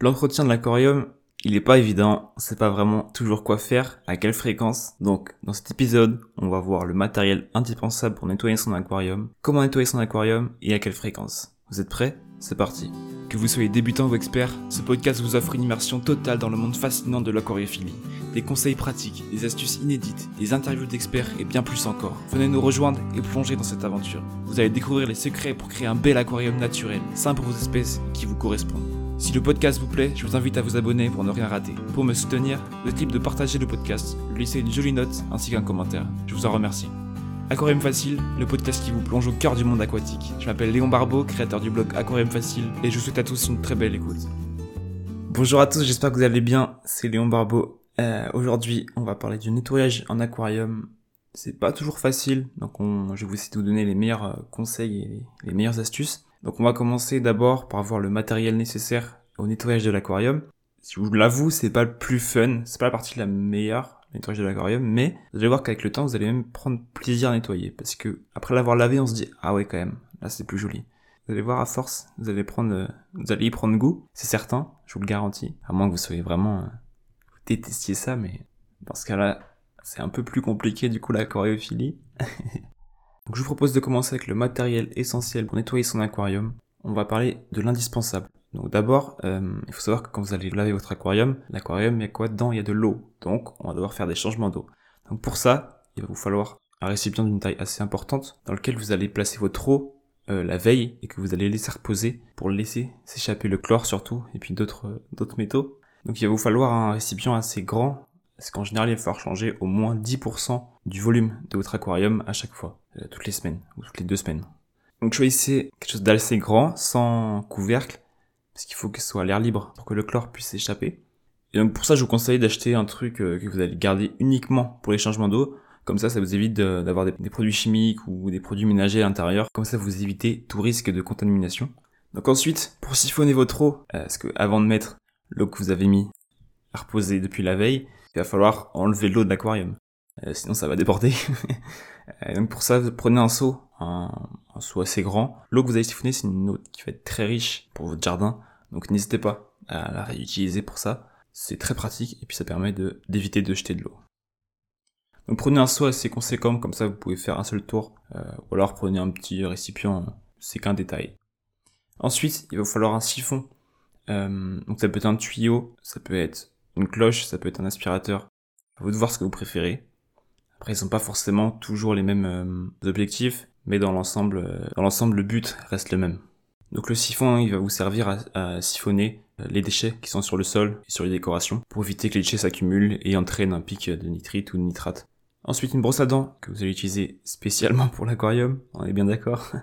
L'entretien de l'aquarium, il est pas évident, c'est pas vraiment toujours quoi faire, à quelle fréquence. Donc, dans cet épisode, on va voir le matériel indispensable pour nettoyer son aquarium, comment nettoyer son aquarium et à quelle fréquence. Vous êtes prêts? C'est parti. Que vous soyez débutant ou expert, ce podcast vous offre une immersion totale dans le monde fascinant de l'aquariophilie. Des conseils pratiques, des astuces inédites, des interviews d'experts et bien plus encore. Venez nous rejoindre et plonger dans cette aventure. Vous allez découvrir les secrets pour créer un bel aquarium naturel, sain pour vos espèces qui vous correspondent. Si le podcast vous plaît, je vous invite à vous abonner pour ne rien rater. Pour me soutenir, le type de partager le podcast, lui laisser une jolie note ainsi qu'un commentaire. Je vous en remercie. Aquarium Facile, le podcast qui vous plonge au cœur du monde aquatique. Je m'appelle Léon Barbeau, créateur du blog Aquarium Facile, et je vous souhaite à tous une très belle écoute. Bonjour à tous, j'espère que vous allez bien, c'est Léon Barbeau. Aujourd'hui, on va parler du nettoyage en aquarium. C'est pas toujours facile, donc je vais essayer de vous donner les meilleurs conseils et les meilleures astuces. Donc on va commencer d'abord par avoir le matériel nécessaire au nettoyage de l'aquarium. Si je vous l'avoue, c'est pas le plus fun, c'est pas la partie la meilleure, le nettoyage de l'aquarium, mais vous allez voir qu'avec le temps, vous allez même prendre plaisir à nettoyer, parce que après l'avoir lavé, on se dit ah ouais quand même, là c'est plus joli. Vous allez voir à force, vous allez y prendre goût, c'est certain, je vous le garantis, à moins que vous soyez vraiment vous détestiez ça, mais dans ce cas-là, c'est un peu plus compliqué du coup l'aquariophilie. Donc je vous propose de commencer avec le matériel essentiel pour nettoyer son aquarium. On va parler de l'indispensable. Donc d'abord, il faut savoir que quand vous allez laver votre aquarium, l'aquarium, il y a quoi dedans? Il y a de l'eau. Donc on va devoir faire des changements d'eau. Donc pour ça, il va vous falloir un récipient d'une taille assez importante dans lequel vous allez placer votre eau la veille et que vous allez laisser reposer pour laisser s'échapper le chlore surtout et puis d'autres métaux. Donc il va vous falloir un récipient assez grand. Parce qu'en général, il va falloir changer au moins 10% du volume de votre aquarium à chaque fois, toutes les semaines, ou toutes les 2 semaines. Donc choisissez quelque chose d'assez grand, sans couvercle, parce qu'il faut que ce soit à l'air libre pour que le chlore puisse s'échapper. Et donc pour ça, je vous conseille d'acheter un truc que vous allez garder uniquement pour les changements d'eau. Comme ça vous évite d'avoir des produits chimiques ou des produits ménagers à l'intérieur. Comme ça, vous évitez tout risque de contamination. Donc ensuite, pour siphonner votre eau, parce que avant de mettre l'eau que vous avez mis à reposer depuis la veille, il va falloir enlever l'eau de l'aquarium. Sinon ça va déborder. Donc pour ça, vous prenez un seau, un seau assez grand. L'eau que vous allez siphonner, c'est une eau qui va être très riche pour votre jardin. Donc n'hésitez pas à la réutiliser pour ça. C'est très pratique et puis ça permet d'éviter de jeter de l'eau. Donc prenez un seau assez conséquent, comme ça vous pouvez faire un seul tour. Ou alors prenez un petit récipient, c'est qu'un détail. Ensuite, il va vous falloir un siphon. Donc ça peut être un tuyau, ça peut être une cloche, ça peut être un aspirateur. À vous de voir ce que vous préférez. Après, ils sont pas forcément toujours les mêmes objectifs, mais dans l'ensemble, le but reste le même. Donc le siphon, il va vous servir à siphonner les déchets qui sont sur le sol et sur les décorations, pour éviter que les déchets s'accumulent et entraînent un pic de nitrite ou de nitrate. Ensuite, une brosse à dents que vous allez utiliser spécialement pour l'aquarium, on est bien d'accord.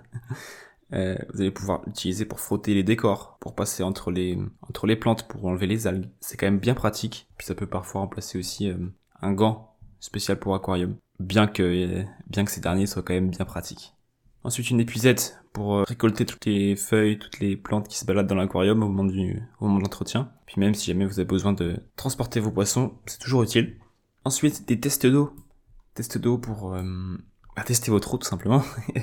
Vous allez pouvoir l'utiliser pour frotter les décors, pour passer entre les plantes, pour enlever les algues. C'est quand même bien pratique. Puis ça peut parfois remplacer aussi un gant spécial pour aquarium, bien que ces derniers soient quand même bien pratiques. Ensuite, une épuisette pour récolter toutes les feuilles, toutes les plantes qui se baladent dans l'aquarium au moment de l'entretien. Puis même si jamais vous avez besoin de transporter vos poissons, c'est toujours utile. Ensuite, des tests d'eau. Tests d'eau pour tester votre eau tout simplement.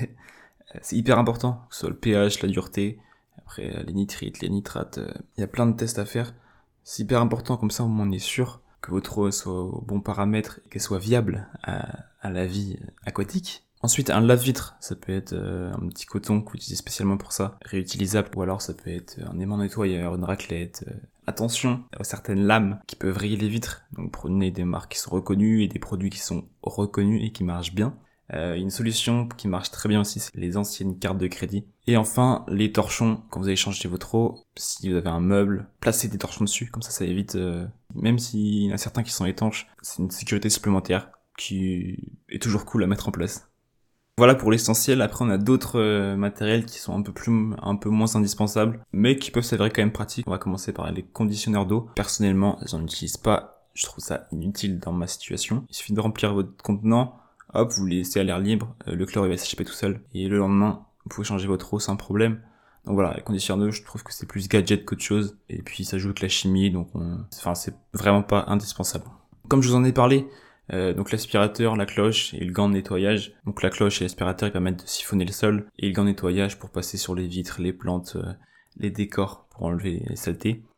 C'est hyper important, que ce soit le pH, la dureté, après les nitrites, les nitrates, il y a plein de tests à faire. C'est hyper important, comme ça au moins on est sûr que votre eau soit au bon paramètre et qu'elle soit viable à la vie aquatique. Ensuite, un lave-vitre, ça peut être un petit coton qu'on utilise spécialement pour ça, réutilisable, ou alors ça peut être un aimant nettoyeur, une raclette. Attention à certaines lames qui peuvent rayer les vitres, donc prenez des marques qui sont reconnues et des produits qui sont reconnus et qui marchent bien. Une solution qui marche très bien aussi, c'est les anciennes cartes de crédit. Et enfin, les torchons, quand vous allez changer votre eau, si vous avez un meuble, placez des torchons dessus, comme ça évite, même s'il y en a certains qui sont étanches, c'est une sécurité supplémentaire qui est toujours cool à mettre en place. Voilà pour l'essentiel. Après on a d'autres matériels qui sont un peu moins indispensables, mais qui peuvent s'avérer quand même pratiques. On va commencer par les conditionneurs d'eau. Personnellement, j'en utilise pas, je trouve ça inutile dans ma situation. Il suffit de remplir votre contenant, hop, vous les laissez à l'air libre, le chlore il va s'échapper tout seul, et le lendemain, vous pouvez changer votre eau sans problème. Donc voilà, les conditionneurs d'eau, je trouve que c'est plus gadget qu'autre chose, et puis ça joue avec la chimie, donc c'est vraiment pas indispensable. Comme je vous en ai parlé, donc l'aspirateur, la cloche et le gant de nettoyage. Donc la cloche et l'aspirateur ils permettent de siphonner le sol, et le gant de nettoyage pour passer sur les vitres, les plantes, les décors pour enlever les saletés.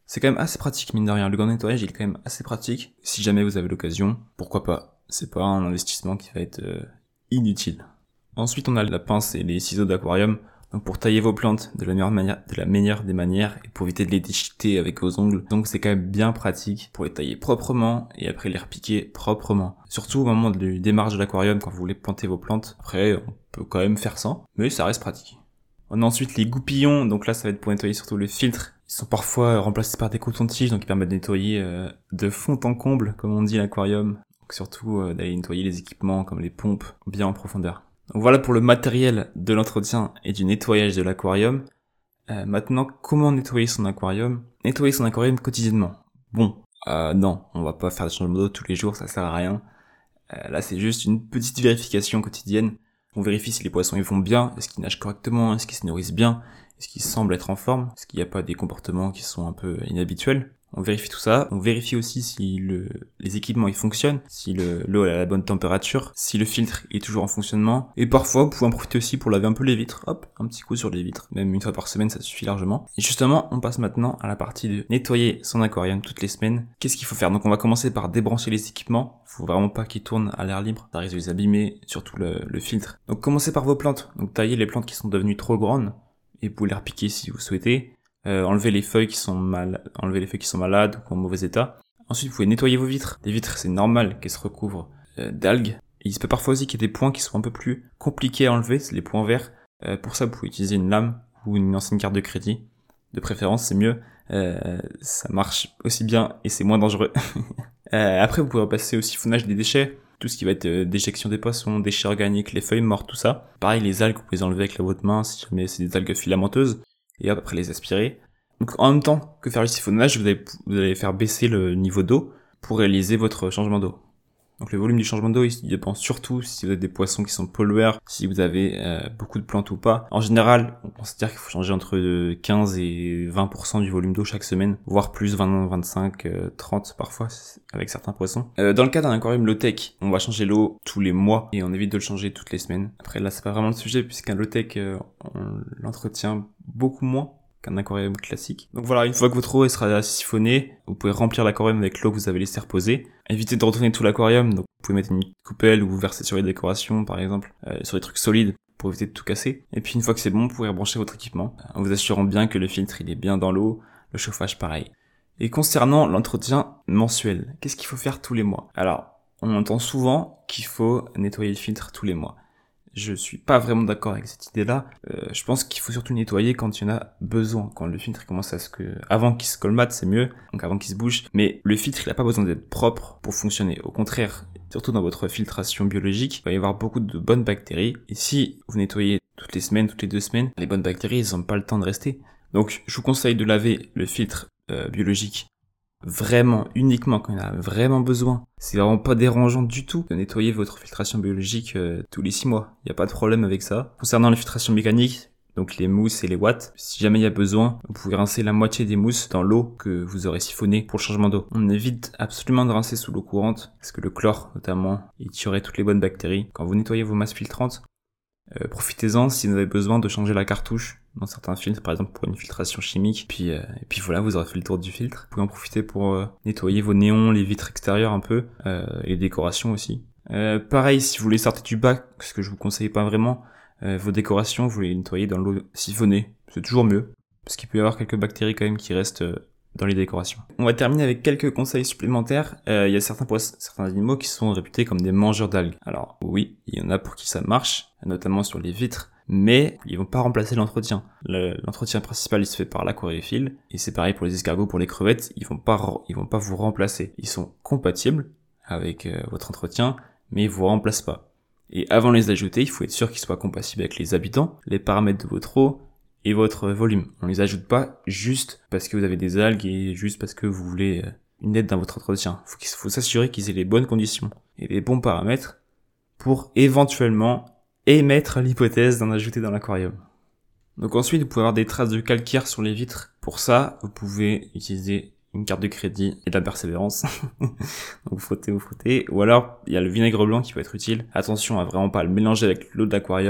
C'est quand même assez pratique, mine de rien. Le gant de nettoyage, il est quand même assez pratique. Si jamais vous avez l'occasion, pourquoi pas. C'est pas un investissement qui va être inutile. Ensuite, on a la pince et les ciseaux d'aquarium. Donc pour tailler vos plantes de la meilleure des manières et pour éviter de les déchiqueter avec vos ongles. Donc c'est quand même bien pratique pour les tailler proprement et après les repiquer proprement. Surtout au moment du démarrage de l'aquarium quand vous voulez planter vos plantes. Après, on peut quand même faire sans, mais ça reste pratique. On a ensuite les goupillons. Donc là, ça va être pour nettoyer surtout le filtre. Ils sont parfois remplacés par des cotons-tiges, donc ils permettent de nettoyer de fond en comble, comme on dit à l'aquarium. Donc surtout d'aller nettoyer les équipements comme les pompes bien en profondeur. Donc voilà pour le matériel de l'entretien et du nettoyage de l'aquarium. Maintenant, comment nettoyer son aquarium? Nettoyer son aquarium quotidiennement. Bon, non, on va pas faire des changements d'eau tous les jours, ça sert à rien. Là, c'est juste une petite vérification quotidienne. On vérifie si les poissons ils vont bien, est-ce qu'ils nagent correctement, est-ce qu'ils se nourrissent bien, est-ce qu'ils semblent être en forme, est-ce qu'il n'y a pas des comportements qui sont un peu inhabituels. On vérifie tout ça. On vérifie aussi si les équipements ils fonctionnent, si l'eau est à la bonne température, si le filtre est toujours en fonctionnement. Et parfois, vous pouvez en profiter aussi pour laver un peu les vitres. Hop, un petit coup sur les vitres. Même une fois par semaine, ça suffit largement. Et justement, on passe maintenant à la partie de nettoyer son aquarium toutes les semaines. Qu'est-ce qu'il faut faire? Donc on va commencer par débrancher les équipements. Faut vraiment pas qu'ils tournent à l'air libre. Ça risque de les abîmer, surtout le filtre. Donc commencez par vos plantes. Donc taillez les plantes qui sont devenues trop grandes. Et vous pouvez les repiquer si vous souhaitez. Enlever les feuilles qui sont malades ou en mauvais état. Ensuite, vous pouvez nettoyer vos vitres. Les vitres, c'est normal qu'elles se recouvrent d'algues. Et il se peut parfois aussi qu'il y ait des points qui sont un peu plus compliqués à enlever, c'est les points verts. Pour ça, vous pouvez utiliser une lame ou une ancienne carte de crédit. De préférence, c'est mieux. Ça marche aussi bien et c'est moins dangereux. Après, vous pouvez passer au siphonnage des déchets. Tout ce qui va être déjection des poissons, déchets organiques, les feuilles mortes, tout ça. Pareil, les algues, vous pouvez les enlever avec votre main si jamais c'est des algues filamenteuses. Et hop, après les aspirer. Donc en même temps que faire le siphonnage, vous allez faire baisser le niveau d'eau pour réaliser votre changement d'eau. Donc le volume du changement d'eau, il dépend surtout si vous avez des poissons qui sont pollueurs, si vous avez beaucoup de plantes ou pas. En général, on considère qu'il faut changer entre 15 et 20% du volume d'eau chaque semaine, voire plus, 20, 25, 30 parfois, avec certains poissons. Dans le cas d'un aquarium low-tech, on va changer l'eau tous les mois et on évite de le changer toutes les semaines. Après là, c'est pas vraiment le sujet puisqu'un low-tech, on l'entretient beaucoup moins qu'un aquarium classique. Donc voilà, une fois que votre eau sera siphonnée, vous pouvez remplir l'aquarium avec l'eau que vous avez laissé reposer. Évitez de retourner tout l'aquarium, donc vous pouvez mettre une coupelle ou vous verser sur les décorations par exemple, sur des trucs solides pour éviter de tout casser. Et puis une fois que c'est bon, vous pouvez rebrancher votre équipement, en vous assurant bien que le filtre il est bien dans l'eau, le chauffage pareil. Et concernant l'entretien mensuel, qu'est-ce qu'il faut faire tous les mois? Alors, on entend souvent qu'il faut nettoyer le filtre tous les mois. Je suis pas vraiment d'accord avec cette idée-là. Je pense qu'il faut surtout nettoyer quand il y en a besoin. Quand le filtre commence avant qu'il se colmate, c'est mieux. Donc avant qu'il se bouche. Mais le filtre, il a pas besoin d'être propre pour fonctionner. Au contraire, surtout dans votre filtration biologique, il va y avoir beaucoup de bonnes bactéries. Et si vous nettoyez toutes les semaines, toutes les 2 semaines, les bonnes bactéries, elles n'ont pas le temps de rester. Donc, je vous conseille de laver le filtre biologique vraiment, uniquement quand il y en a vraiment besoin. C'est vraiment pas dérangeant du tout de nettoyer votre filtration biologique tous les 6 mois. Il n'y a pas de problème avec ça. Concernant les filtrations mécaniques, donc les mousses et les watts, si jamais il y a besoin, vous pouvez rincer la moitié des mousses dans l'eau que vous aurez siphonnée pour le changement d'eau. On évite absolument de rincer sous l'eau courante, parce que le chlore, notamment, il tuerait toutes les bonnes bactéries. Quand vous nettoyez vos masses filtrantes, profitez-en si vous avez besoin de changer la cartouche dans certains filtres, par exemple pour une filtration chimique. Et puis voilà, vous aurez fait le tour du filtre. Vous pouvez en profiter pour nettoyer vos néons, les vitres extérieures un peu, et les décorations aussi. Pareil, si vous les sortez du bac, ce que je vous conseille pas vraiment, vos décorations, vous les nettoyez dans l'eau siphonnée. C'est toujours mieux, parce qu'il peut y avoir quelques bactéries quand même qui restent dans les décorations. On va terminer avec quelques conseils supplémentaires. Il y a certains animaux qui sont réputés comme des mangeurs d'algues. Alors oui, il y en a pour qui ça marche, notamment sur les vitres, mais ils vont pas remplacer l'entretien. L'entretien principal, il se fait par l'aquariophile, et c'est pareil pour les escargots, pour les crevettes, ils vont pas vous remplacer. Ils sont compatibles avec votre entretien, mais ils vous remplacent pas. Et avant de les ajouter, il faut être sûr qu'ils soient compatibles avec les habitants, les paramètres de votre eau, et votre volume. On les ajoute pas juste parce que vous avez des algues et juste parce que vous voulez une aide dans votre entretien. Faut s'assurer qu'ils aient les bonnes conditions et les bons paramètres pour éventuellement émettre l'hypothèse d'en ajouter dans l'aquarium. Donc ensuite, vous pouvez avoir des traces de calcaire sur les vitres. Pour ça, vous pouvez utiliser une carte de crédit et de la persévérance. Donc vous frottez. Ou alors, il y a le vinaigre blanc qui peut être utile. Attention à vraiment pas le mélanger avec l'eau de l'aquarium.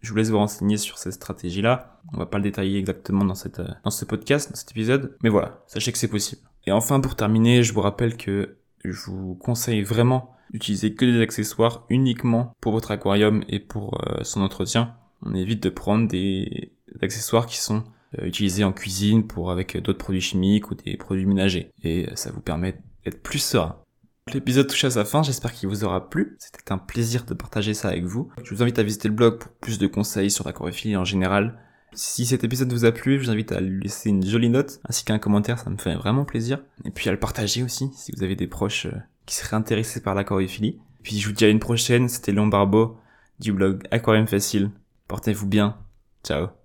Je vous laisse vous renseigner sur cette stratégie-là. On va pas le détailler exactement dans ce podcast, dans cet épisode. Mais voilà, sachez que c'est possible. Et enfin, pour terminer, je vous rappelle que je vous conseille vraiment d'utiliser que des accessoires uniquement pour votre aquarium et pour son entretien. On évite de prendre des accessoires qui sont utilisés en cuisine avec d'autres produits chimiques ou des produits ménagers. Et ça vous permet d'être plus serein. L'épisode touche à sa fin, j'espère qu'il vous aura plu. C'était un plaisir de partager ça avec vous. Je vous invite à visiter le blog pour plus de conseils sur l'aquariophilie en général. Si cet épisode vous a plu, je vous invite à lui laisser une jolie note, ainsi qu'un commentaire, ça me fait vraiment plaisir. Et puis à le partager aussi, si vous avez des proches qui seraient intéressés par l'aquariophilie. Puis je vous dis à une prochaine, c'était Léon Barbeau, du blog Aquarium Facile. Portez-vous bien, ciao.